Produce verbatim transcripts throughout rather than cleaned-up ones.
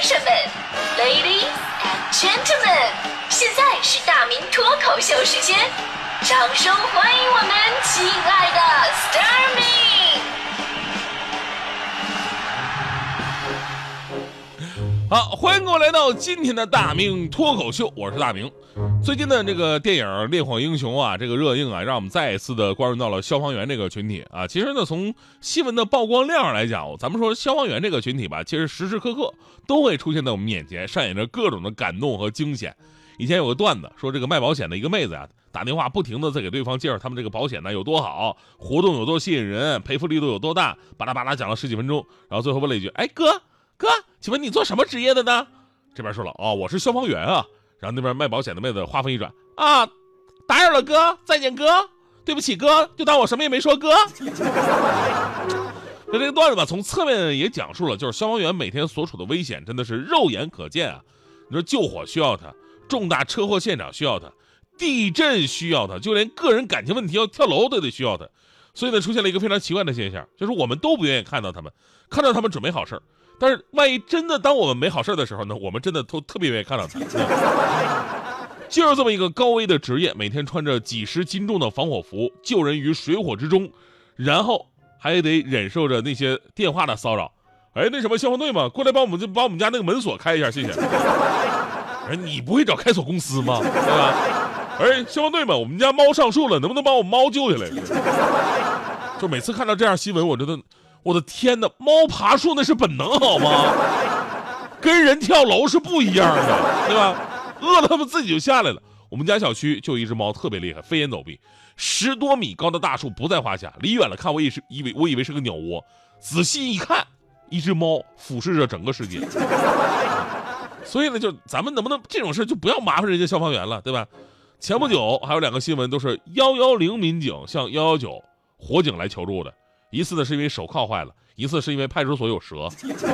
生们 ，Ladies and Gentlemen， 现在是大明脱口秀时间，掌声欢迎我们亲爱的 Starmin。 好，欢迎各位来到今天的大明脱口秀，我是大明。最近的这个电影《烈火英雄》啊，这个热映啊，让我们再一次的关注到了消防员这个群体啊。其实呢，从新闻的曝光量上来讲，咱们说消防员这个群体吧，其实时时刻刻都会出现在我们眼前，上演着各种的感动和惊险。以前有个段子说，这个卖保险的一个妹子啊，打电话不停的在给对方介绍他们这个保险呢有多好，活动有多吸引人，赔付力度有多大，巴拉巴拉讲了十几分钟，然后最后问了一句：“哎哥哥，请问你做什么职业的呢？”这边说了：“哦，我是消防员啊。”然后那边卖保险的妹子话锋一转：“啊，打扰了哥，再见哥，对不起哥，就当我什么也没说哥。”那这个段子吧，从侧面也讲述了，就是消防员每天所处的危险真的是肉眼可见啊。你说救火需要他，重大车祸现场需要他，地震需要他，就连个人感情问题要跳楼都得需要他。所以呢，出现了一个非常奇怪的现象，就是我们都不愿意看到他们，看到他们准没好事，但是万一真的当我们没好事的时候呢，我们真的都特别愿意看到他。就是这么一个高危的职业，每天穿着几十斤重的防火服，救人于水火之中，然后还得忍受着那些电话的骚扰。哎，那什么消防队嘛，过来帮我们就把我们家那个门锁开一下，谢谢。哎，你不会找开锁公司吗？对吧？哎，消防队嘛，我们家猫上树了，能不能把我猫救下来？就每次看到这样新闻，我觉得，我的天哪，猫爬树那是本能好吗？跟人跳楼是不一样的，对吧？饿了他们自己就下来了。我们家小区就有一只猫特别厉害，飞檐走壁，十多米高的大树不在话下，离远了看我也是以为我以为是个鸟窝，仔细一看，一只猫俯视着整个世界。所以呢，就咱们能不能这种事就不要麻烦人家消防员了，对吧？前不久还有两个新闻都是一一零民警向一一九火警来求助的，一次呢是因为手铐坏了，一次是因为派出所有蛇。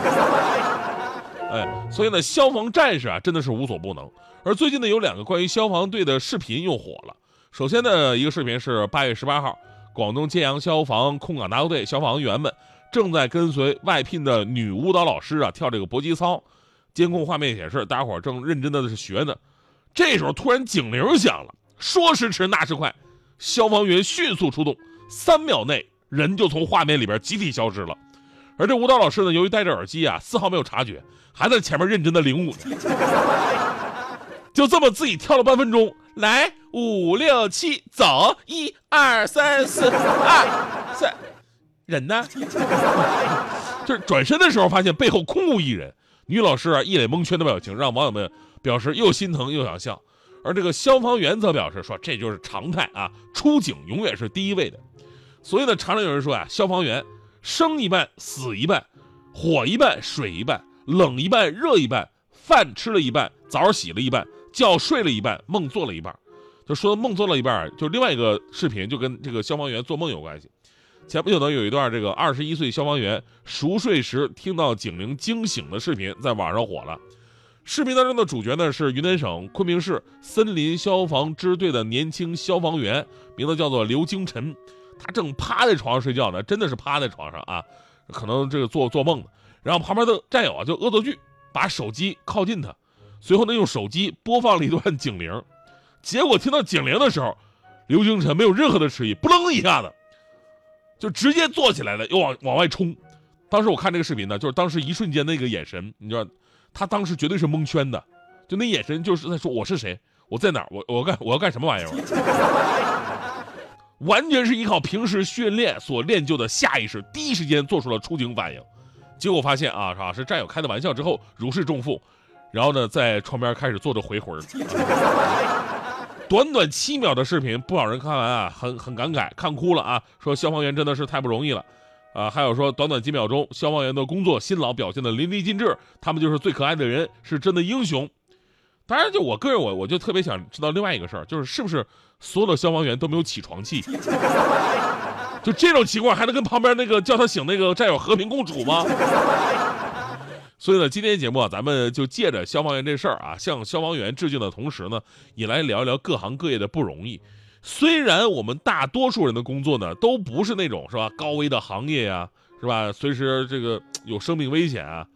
哎，所以呢，消防战士啊真的是无所不能。而最近呢，有两个关于消防队的视频又火了。首先呢，一个视频是八月十八号，广东揭阳消防空港大游队消防员们正在跟随外聘的女舞蹈老师啊跳这个搏击操，监控画面显示，大家伙正认真的是学呢。这时候突然警铃响了，说时迟那时快，消防员迅速出动，三秒内人就从画面里边集体消失了。而这舞蹈老师呢，由于戴着耳机啊，丝毫没有察觉，还在前面认真的领舞呢。就这么自己跳了半分钟，来五六七走，一二三四二三，人呢？就是转身的时候发现背后空无一人，女老师啊一脸蒙圈的表情，让网友们表示又心疼又想笑。而这个消防员则表示说，这就是常态啊，出警永远是第一位的。所以呢，常常有人说啊，消防员生一半死一半，火一半水一半，冷一半热一半，饭吃了一半，澡洗了一半，觉睡了一半，梦做了一半。就说梦做了一半，就另外一个视频就跟这个消防员做梦有关系。前不久呢，有一段这个二十一岁消防员熟睡时听到警铃惊醒的视频在网上火了。视频当中的主角呢是云南省昆明市森林消防支队的年轻消防员，名字叫做刘京晨。他正趴在床上睡觉呢，真的是趴在床上啊，可能这个做做梦呢。然后旁边的战友啊就恶作剧，把手机靠近他，随后呢用手机播放了一段警铃。结果听到警铃的时候，刘京晨没有任何的迟疑，扑棱一下子就直接坐起来了，又往往外冲。当时我看这个视频呢，就是当时一瞬间那个眼神，你知道，他当时绝对是蒙圈的，就那眼神就是在说我是谁，我在哪儿，我我干我要干什么玩意儿。完全是依靠平时训练所练就的下意识，第一时间做出了出警反应。结果发现啊，啊是战友开的玩笑之后如释重负，然后呢在床边开始做着回魂。短短七秒的视频，不少人看完啊很很感慨，看哭了啊，说消防员真的是太不容易了啊。还有说短短几秒钟，消防员的工作辛劳表现的淋漓尽致，他们就是最可爱的人，是真的英雄。当然，就我个人我我就特别想知道另外一个事儿，就是是不是所有的消防员都没有起床气？就这种情况还能跟旁边那个叫他醒那个战友和平共处吗？所以呢，今天节目啊，咱们就借着消防员这事儿啊，向消防员致敬的同时呢，也来聊一聊各行各业的不容易。虽然我们大多数人的工作呢，都不是那种是吧高危的行业呀、啊，是吧？随时这个有生命危险啊。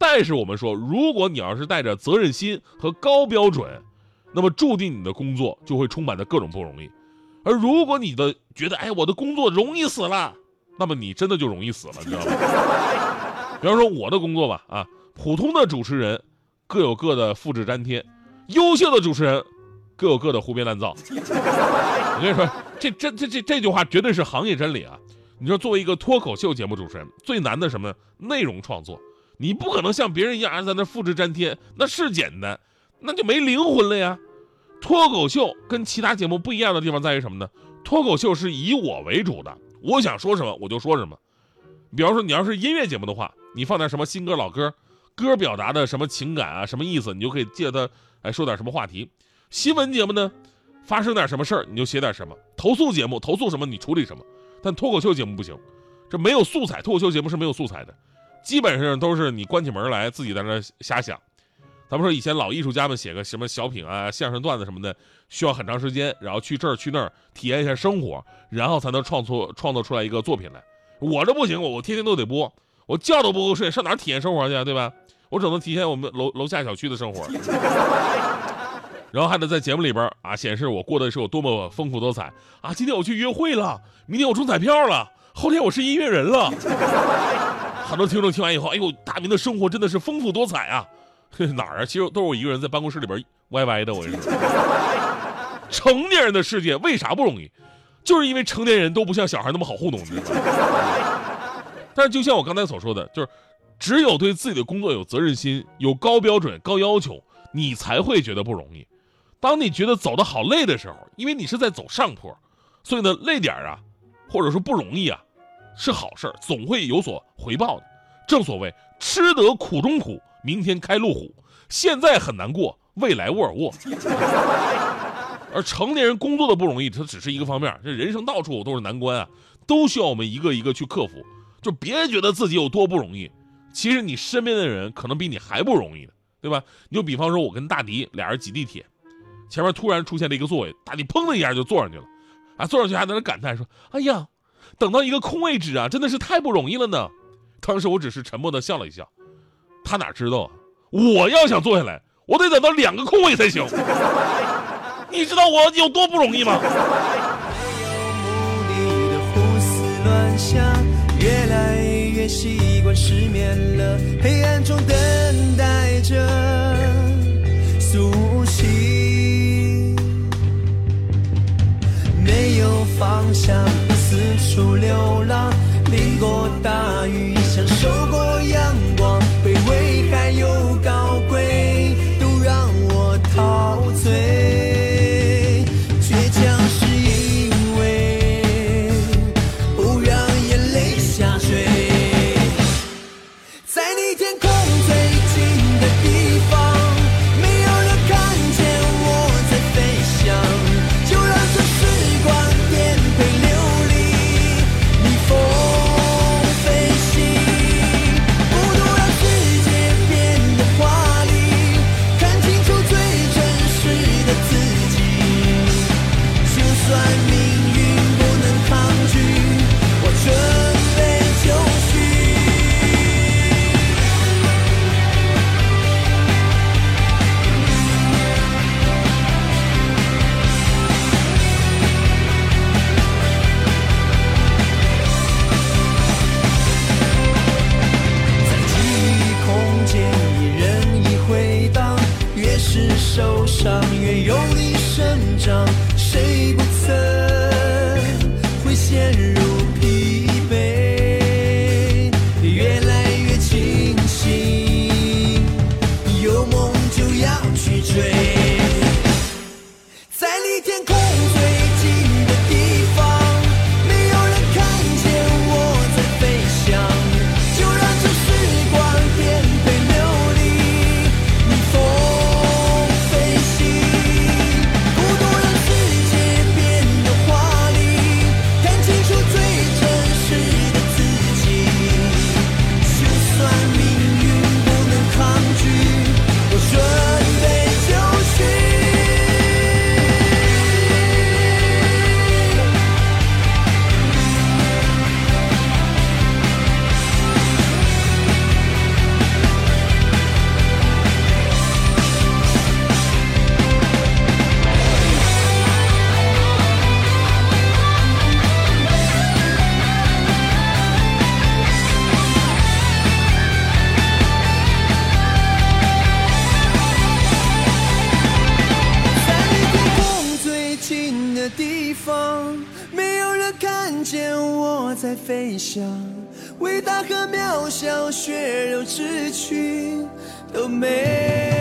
但是我们说，如果你要是带着责任心和高标准，那么注定你的工作就会充满着各种不容易。而如果你的觉得，哎，我的工作容易死了，那么你真的就容易死了，你知道吗？比方说我的工作吧，啊，普通的主持人各有各的复制粘贴，优秀的主持人各有各的胡编乱造。我跟你说，这这这这这句话绝对是行业真理啊！你说，作为一个脱口秀节目主持人，最难的什么呢？内容创作，你不可能像别人一样在那复制粘贴，那是简单，那就没灵魂了呀。脱口秀跟其他节目不一样的地方在于什么呢？脱口秀是以我为主的，我想说什么我就说什么。比方说，你要是音乐节目的话，你放点什么新歌老歌，歌表达的什么情感啊，什么意思，你就可以借它哎说点什么话题。新闻节目呢，发生点什么事儿你就写点什么。投诉节目投诉什么你处理什么。但脱口秀节目不行，这没有素材，脱口秀节目是没有素材的，基本上都是你关起门来自己在那瞎想。咱们说以前老艺术家们写个什么小品啊、相声段子什么的，需要很长时间，然后去这儿去那儿体验一下生活，然后才能创作创作出来一个作品来。我这不行，我我天天都得播，我觉都不够睡，上哪儿体验生活去啊，对吧？我只能体验我们楼楼下小区的生活。然后还得在节目里边啊显示我过的是有多么丰富多彩啊！今天我去约会了，明天我中彩票了，后天我是音乐人了。很多听众听完以后，哎呦，大明的生活真的是丰富多彩啊！哪儿啊？其实都是我一个人在办公室里边歪歪的。我跟你说，成年人的世界为啥不容易？就是因为成年人都不像小孩那么好糊弄，你知道吗？但是就像我刚才所说的，就是只有对自己的工作有责任心，有高标准、高要求，你才会觉得不容易。当你觉得走得好累的时候，因为你是在走上坡，所以呢，累点啊，或者说不容易啊，是好事儿，总会有所回报的。正所谓吃得苦中苦，明天开路虎。现在很难过，未来沃尔沃。而成年人工作的不容易，它只是一个方面，这人生到处都是难关啊，都需要我们一个一个去克服。就别觉得自己有多不容易，其实你身边的人可能比你还不容易呢，对吧？你就比方说，我跟大迪俩人挤地铁。前面突然出现了一个座位，大迪砰的一下就坐上去了，啊，坐上去还在那感叹说：“哎呀，等到一个空位置啊，真的是太不容易了呢。”当时我只是沉默的笑了一笑，他哪知道啊，我要想坐下来，我得等到两个空位才行。你知道我有多不容易吗？ 没有目的的胡思乱想，越来越习惯失眠了，黑暗中等待着苏醒，没有方向，四处流浪，淋过大雨，享受过阳光，卑微还有高贵，都让我陶醉。倔强是因为不让眼泪下坠，在你天空最近的地方，没有人看见我在飞翔，就让这时光颠沛流离，逆风飞行，不度让世界变得华丽，看清楚最真实的自己，就算命运不能抗拒，我准备就绪。在记忆空间一人一回荡，越是受伤越用力生长，谁不曾会陷入疲惫，越来越清醒，有梦就要去追，在离天空最近的地方，没有人看见我在飞翔，就让这时光颠沛流离，逆风飞行，不度让世在飞翔，伟大和渺小，血肉之躯都没